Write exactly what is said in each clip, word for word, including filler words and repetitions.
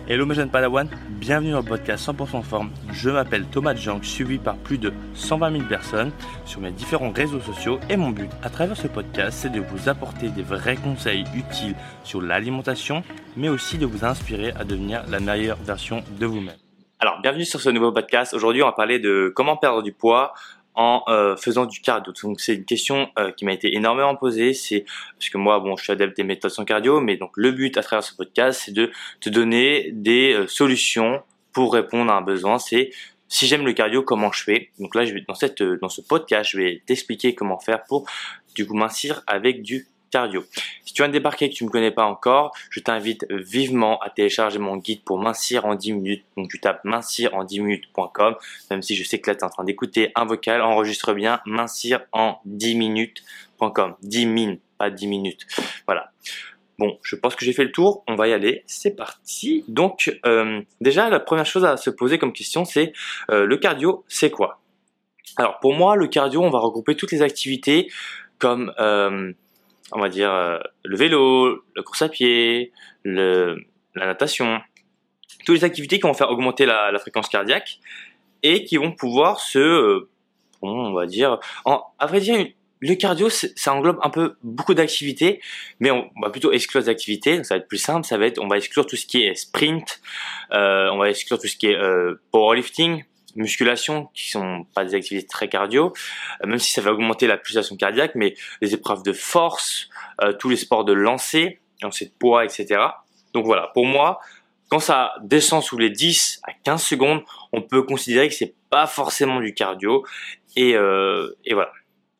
Hello mes jeunes Padawan, bienvenue dans le podcast cent pour cent forme. Je m'appelle Thomas Djank, suivi par plus de cent vingt mille personnes sur mes différents réseaux sociaux et mon but à travers ce podcast c'est de vous apporter des vrais conseils utiles sur l'alimentation mais aussi de vous inspirer à devenir la meilleure version de vous-même. Alors bienvenue sur ce nouveau podcast. Aujourd'hui on va parler de comment perdre du poids en euh, faisant du cardio. Donc c'est une question euh, qui m'a été énormément posée, c'est parce que moi bon je suis adepte des méthodes sans cardio, mais donc le but à travers ce podcast c'est de te donner des euh, solutions pour répondre à un besoin. C'est si j'aime le cardio, comment je fais. Donc là je vais dans cette dans ce podcast je vais t'expliquer comment faire pour du coup mincir avec du cardio. Si tu viens de débarquer et que tu ne me connais pas encore, je t'invite vivement à télécharger mon guide pour mincir en dix minutes. Donc tu tapes mincir en dix minutes point com, même si je sais que là tu es en train d'écouter un vocal, enregistre bien mincir en dix minutes point com. dix min, pas dix minutes. Voilà. Bon, je pense que j'ai fait le tour, on va y aller, c'est parti. Donc euh, déjà la première chose à se poser comme question c'est euh, le cardio, c'est quoi? Alors pour moi le cardio, on va regrouper toutes les activités comme euh, on va dire euh, le vélo, la course à pied, le, la natation, toutes les activités qui vont faire augmenter la, la fréquence cardiaque et qui vont pouvoir se, euh, on va dire, en, à vrai dire, le cardio, ça englobe un peu beaucoup d'activités, mais on va plutôt exclure des activités. Ça va être plus simple, ça va être, on va exclure tout ce qui est sprint, euh, on va exclure tout ce qui est euh, powerlifting, musculation, qui sont pas des activités très cardio, euh, même si ça va augmenter la pulsation cardiaque, mais les épreuves de force, euh, tous les sports de lancer, lancer de poids, et cetera. Donc voilà, pour moi, quand ça descend sous les dix à quinze secondes, on peut considérer que c'est pas forcément du cardio, et, euh, et voilà.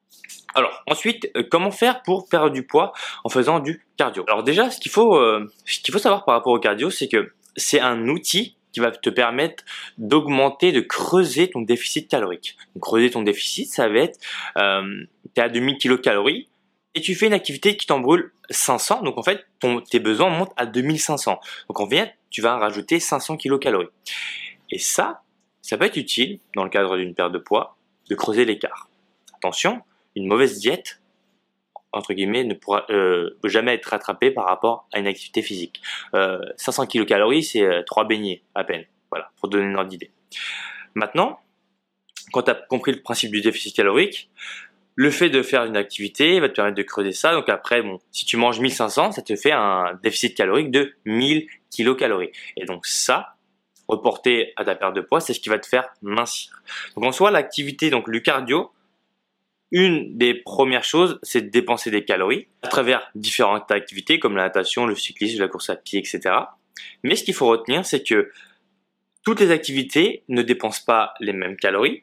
Alors ensuite, euh, comment faire pour perdre du poids en faisant du cardio? Alors déjà, ce qu'il faut, euh, ce qu'il faut savoir par rapport au cardio, c'est que c'est un outil qui va te permettre d'augmenter, de creuser ton déficit calorique. Donc, creuser ton déficit, ça va être, euh, tu es à deux mille kilocalories et tu fais une activité qui t'en brûle cinq cents. Donc en fait, ton, tes besoins montent à deux mille cinq cents. Donc en fait, tu vas rajouter cinq cents kilocalories. Et ça, ça peut être utile dans le cadre d'une perte de poids, de creuser l'écart. Attention, une mauvaise diète, entre guillemets, ne pourra euh, jamais être rattrapé par rapport à une activité physique. Euh, cinq cents kilocalories, c'est euh, trois beignets à peine. Voilà, pour donner une ordre d'idée. Maintenant, quand tu as compris le principe du déficit calorique, le fait de faire une activité va te permettre de creuser ça. Donc après, bon, si tu manges mille cinq cents, ça te fait un déficit calorique de mille kilocalories. Et donc ça, reporté à ta perte de poids, c'est ce qui va te faire mincir. Donc en soi, l'activité, donc le cardio, une des premières choses, c'est de dépenser des calories à travers différentes activités comme la natation, le cyclisme, la course à pied, et cetera. Mais ce qu'il faut retenir, c'est que toutes les activités ne dépensent pas les mêmes calories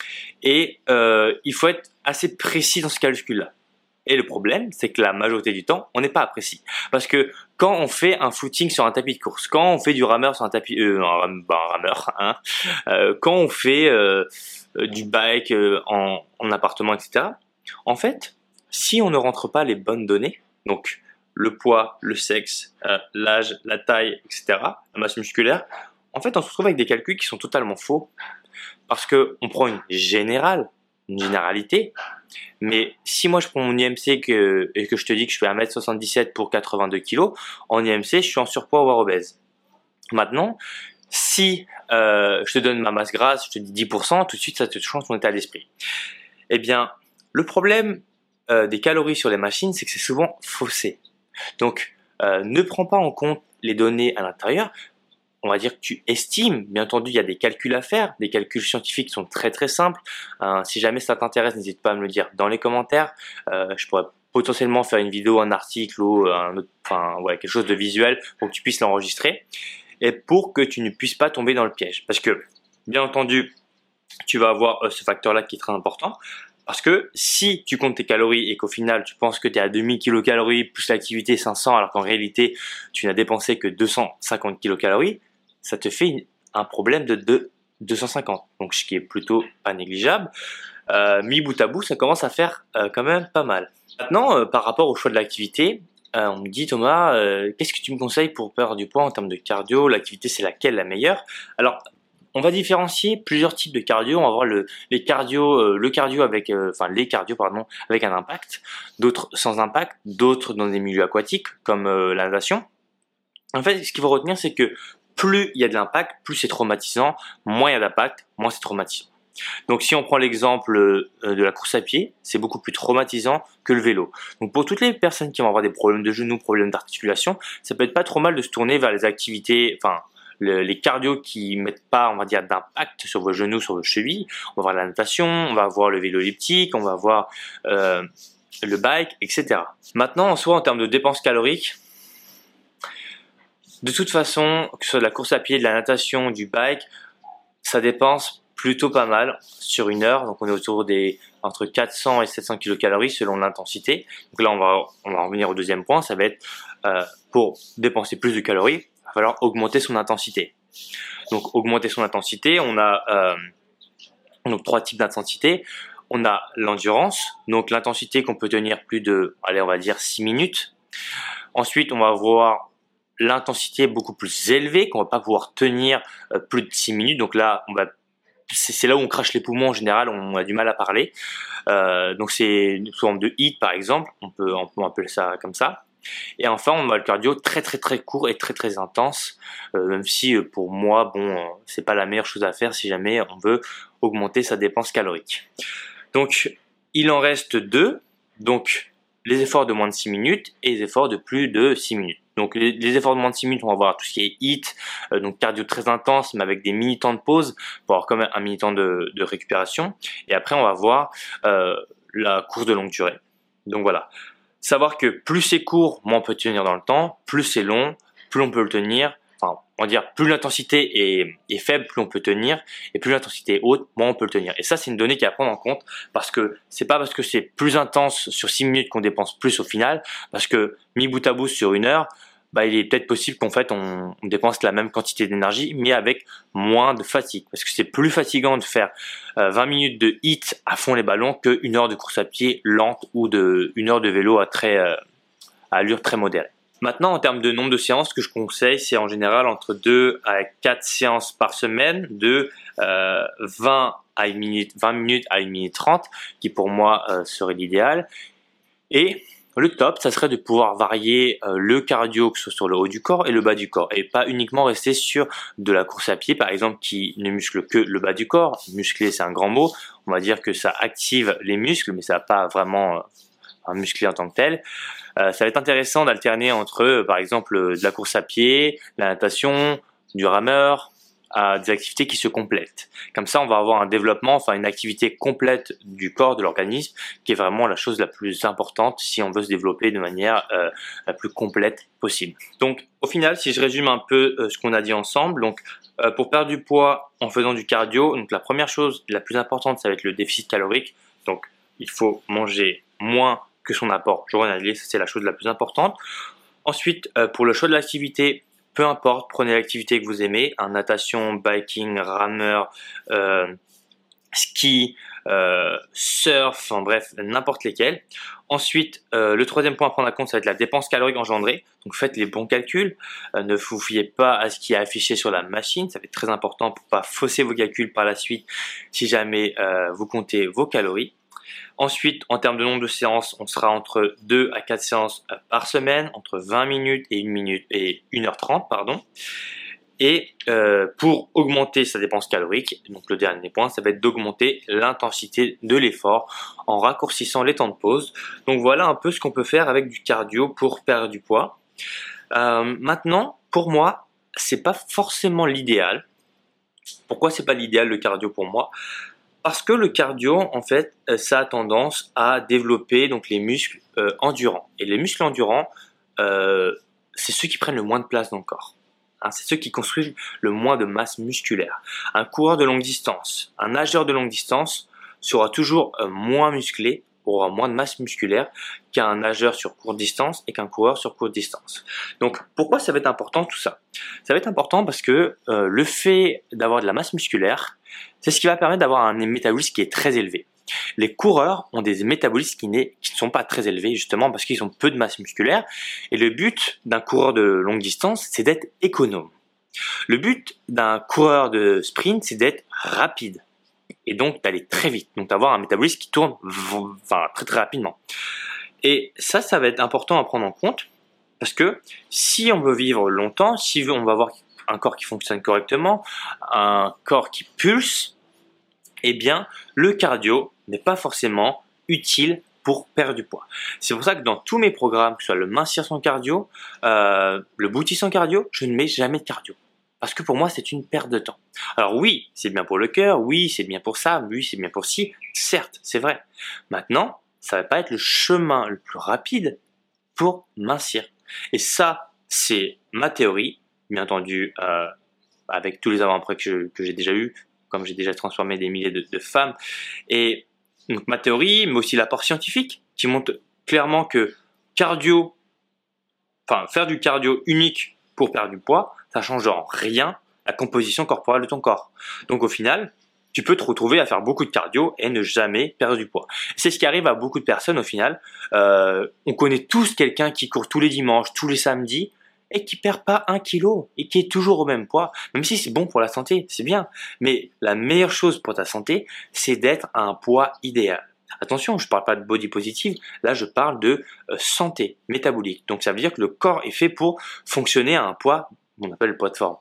et euh, il faut être assez précis dans ce calcul-là. Et le problème, c'est que la majorité du temps, on n'est pas précis. Parce que quand on fait un footing sur un tapis de course, quand on fait du rameur sur un tapis, euh, un, bah, un rameur, hein, euh, quand on fait euh, du bike euh, en, en appartement, et cetera. En fait, si on ne rentre pas les bonnes données, donc le poids, le sexe, euh, l'âge, la taille, et cetera, la masse musculaire, en fait, on se retrouve avec des calculs qui sont totalement faux. Parce que on prend une générale, une généralité, mais si moi je prends mon I M C que, et que je te dis que je fais un mètre soixante-dix-sept pour quatre-vingt-deux kilos, en I M C je suis en surpoids voire obèse. Maintenant, si euh, je te donne ma masse grasse, je te dis dix pour cent, tout de suite ça te change ton état d'esprit. Eh bien, le problème euh, des calories sur les machines, c'est que c'est souvent faussé. Donc, euh, ne prends pas en compte les données à l'intérieur. On va dire que tu estimes, bien entendu il y a des calculs à faire, des calculs scientifiques qui sont très très simples. Euh, si jamais ça t'intéresse, n'hésite pas à me le dire dans les commentaires. Euh, je pourrais potentiellement faire une vidéo, un article ou un autre, enfin ouais, quelque chose de visuel pour que tu puisses l'enregistrer et pour que tu ne puisses pas tomber dans le piège. Parce que bien entendu, tu vas avoir euh, ce facteur-là qui est très important. Parce que si tu comptes tes calories et qu'au final tu penses que tu es à deux mille kilocalories plus l'activité cinq cents alors qu'en réalité tu n'as dépensé que deux cent cinquante kilocalories, ça te fait une, un problème de, de deux cent cinquante, donc ce qui est plutôt pas négligeable. Euh, mis bout à bout, ça commence à faire euh, quand même pas mal. Maintenant, euh, par rapport au choix de l'activité, euh, on me dit Thomas, euh, qu'est-ce que tu me conseilles pour perdre du poids en termes de cardio? L'activité c'est laquelle la meilleure? Alors, on va différencier plusieurs types de cardio. On va voir le, les cardio, euh, le cardio avec, euh, enfin les cardio pardon, avec un impact, d'autres sans impact, d'autres dans des milieux aquatiques comme euh, la natation. En fait, ce qu'il faut retenir, c'est que plus il y a de l'impact, plus c'est traumatisant, moins il y a d'impact, moins c'est traumatisant. Donc si on prend l'exemple de la course à pied, c'est beaucoup plus traumatisant que le vélo. Donc pour toutes les personnes qui vont avoir des problèmes de genoux, problèmes d'articulation, ça peut être pas trop mal de se tourner vers les activités, enfin le, les cardio qui mettent pas, on va dire, d'impact sur vos genoux, sur vos chevilles. On va voir la natation, on va voir le vélo elliptique, on va voir euh, le bike, et cetera. Maintenant, en soi, en termes de dépenses caloriques, de toute façon, que ce soit de la course à pied, de la natation, du bike, ça dépense plutôt pas mal sur une heure. Donc on est autour des entre quatre cents et sept cents kilocalories selon l'intensité. Donc là on va on va revenir au deuxième point, ça va être euh, pour dépenser plus de calories, il va falloir augmenter son intensité. Donc augmenter son intensité, on a euh, donc trois types d'intensité. On a l'endurance, donc l'intensité qu'on peut tenir plus de, allez on va dire six minutes. Ensuite on va avoir l'intensité beaucoup plus élevée qu'on va pas pouvoir tenir euh, plus de six minutes. Donc là on va c'est là où on crache les poumons en général, on a du mal à parler. Euh, donc c'est sous forme de H I I T par exemple, on peut, on peut appeler ça comme ça. Et enfin on a le cardio très très très court et très très intense, euh, même si pour moi bon euh, c'est pas la meilleure chose à faire si jamais on veut augmenter sa dépense calorique. Donc il en reste deux, donc les efforts de moins de six minutes et les efforts de plus de six minutes. Donc les, les efforts de moins de six minutes, on va voir tout ce qui est H I I T, euh, donc cardio très intense, mais avec des mini-temps de pause, pour avoir quand même un mini-temps de, de récupération. Et après, on va voir euh, la course de longue durée. Donc voilà, savoir que plus c'est court, moins on peut tenir dans le temps, plus c'est long, plus on peut le tenir. Enfin, on va dire, plus l'intensité est, est faible, plus on peut tenir, et plus l'intensité est haute, moins on peut le tenir. Et ça, c'est une donnée qui est à prendre en compte, parce que c'est pas parce que c'est plus intense sur six minutes qu'on dépense plus au final, parce que mis bout à bout sur une heure, bah, il est peut-être possible qu'en fait, on, on dépense la même quantité d'énergie, mais avec moins de fatigue. Parce que c'est plus fatigant de faire euh, vingt minutes de H I I T à fond les ballons qu'une heure de course à pied lente ou de une heure de vélo à très, euh, à allure très modérée. Maintenant, en termes de nombre de séances, ce que je conseille, c'est en général entre deux à quatre séances par semaine, de euh, vingt à une minute, vingt minutes à une minute trente, qui pour moi euh, serait l'idéal. Et le top, ça serait de pouvoir varier euh, le cardio, que ce soit sur le haut du corps et le bas du corps, et pas uniquement rester sur de la course à pied, par exemple, qui ne muscle que le bas du corps. Muscler, c'est un grand mot. On va dire que ça active les muscles, mais ça n'a pas vraiment euh, un musclé en tant que tel. Euh, ça va être intéressant d'alterner entre, euh, par exemple, euh, de la course à pied, la natation, du rameur, à des activités qui se complètent. Comme ça, on va avoir un développement, enfin une activité complète du corps, de l'organisme, qui est vraiment la chose la plus importante si on veut se développer de manière euh, la plus complète possible. Donc, au final, si je résume un peu euh, ce qu'on a dit ensemble, donc euh, pour perdre du poids en faisant du cardio, donc la première chose, la plus importante, ça va être le déficit calorique. Donc, il faut manger moins que son apport journalier, c'est la chose la plus importante. Ensuite, euh, pour le choix de l'activité, peu importe, prenez l'activité que vous aimez, hein, natation, biking, rameur, euh, ski, euh, surf, en bref, n'importe lesquels. Ensuite, euh, le troisième point à prendre en compte, ça va être la dépense calorique engendrée. Donc faites les bons calculs, euh, ne vous fiez pas à ce qui est affiché sur la machine, ça va être très important pour pas fausser vos calculs par la suite si jamais euh, vous comptez vos calories. Ensuite, en termes de nombre de séances, on sera entre deux à quatre séances par semaine, entre vingt minutes et une minute et une heure trente, pardon. Et euh, pour augmenter sa dépense calorique, donc le dernier point, ça va être d'augmenter l'intensité de l'effort en raccourcissant les temps de pause. Donc voilà un peu ce qu'on peut faire avec du cardio pour perdre du poids. Euh, maintenant, pour moi, c'est pas forcément l'idéal. Pourquoi c'est pas l'idéal le cardio pour moi ? Parce que le cardio, en fait, ça a tendance à développer donc les muscles euh, endurants. Et les muscles endurants, euh, c'est ceux qui prennent le moins de place dans le corps. Hein, c'est ceux qui construisent le moins de masse musculaire. Un coureur de longue distance, un nageur de longue distance sera toujours euh, moins musclé, aura moins de masse musculaire qu'un nageur sur courte distance et qu'un coureur sur courte distance. Donc, pourquoi ça va être important tout ça ? Ça va être important parce que euh, le fait d'avoir de la masse musculaire, c'est ce qui va permettre d'avoir un métabolisme qui est très élevé. Les coureurs ont des métabolismes qui, qui ne sont pas très élevés, justement parce qu'ils ont peu de masse musculaire. Et le but d'un coureur de longue distance, c'est d'être économe. Le but d'un coureur de sprint, c'est d'être rapide. Et donc d'aller très vite. Donc d'avoir un métabolisme qui tourne enfin, très très rapidement. Et ça, ça va être important à prendre en compte. Parce que si on veut vivre longtemps, si on va avoir un corps qui fonctionne correctement, un corps qui pulse, eh bien, le cardio n'est pas forcément utile pour perdre du poids. C'est pour ça que dans tous mes programmes, que ce soit le mincir sans cardio, euh, le bouti sans cardio, je ne mets jamais de cardio. Parce que pour moi, c'est une perte de temps. Alors oui, c'est bien pour le cœur, oui, c'est bien pour ça, oui, c'est bien pour ci, certes, c'est vrai. Maintenant, ça ne va pas être le chemin le plus rapide pour mincir. Et ça, c'est ma théorie, bien entendu, euh, avec tous les avant-après que, que j'ai déjà eu, comme j'ai déjà transformé des milliers de, de femmes. Et donc ma théorie, mais aussi l'apport scientifique, qui montre clairement que cardio, enfin faire du cardio unique pour perdre du poids, ça change en rien la composition corporelle de ton corps. Donc au final, tu peux te retrouver à faire beaucoup de cardio et ne jamais perdre du poids. C'est ce qui arrive à beaucoup de personnes au final. Euh, on connaît tous quelqu'un qui court tous les dimanches, tous les samedis, et qui perd pas un kilo et qui est toujours au même poids, même si c'est bon pour la santé, c'est bien. Mais la meilleure chose pour ta santé, c'est d'être à un poids idéal. Attention, je ne parle pas de body positive, là je parle de euh, santé métabolique. Donc ça veut dire que le corps est fait pour fonctionner à un poids, on appelle le poids de forme.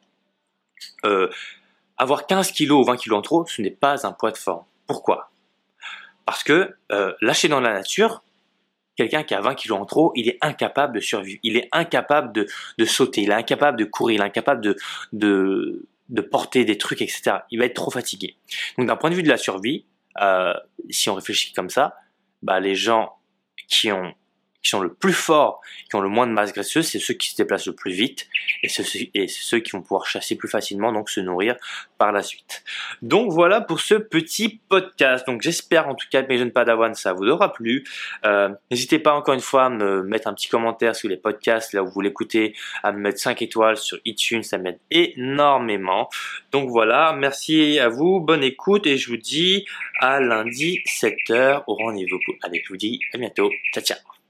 Euh, avoir quinze kilos ou vingt kilos en trop, ce n'est pas un poids de forme. Pourquoi? Parce que euh, lâché dans la nature, quelqu'un qui a vingt kilos en trop, il est incapable de survivre, il est incapable de, de sauter, il est incapable de courir, il est incapable de, de, de porter des trucs, et cetera. Il va être trop fatigué. Donc d'un point de vue de la survie, euh, si on réfléchit comme ça, bah, les gens qui ont qui sont le plus forts, qui ont le moins de masse graisseuse, c'est ceux qui se déplacent le plus vite et c'est ceux qui vont pouvoir chasser plus facilement, donc se nourrir par la suite. Donc voilà pour ce petit podcast. Donc j'espère en tout cas que mes jeunes padawans, ça vous aura plu. Euh, n'hésitez pas encore une fois à me mettre un petit commentaire sous les podcasts, là où vous l'écoutez, à me mettre cinq étoiles sur iTunes, ça m'aide énormément. Donc voilà, merci à vous, bonne écoute et je vous dis à lundi sept heures au rendez-vous. Allez, je vous dis à bientôt, ciao ciao.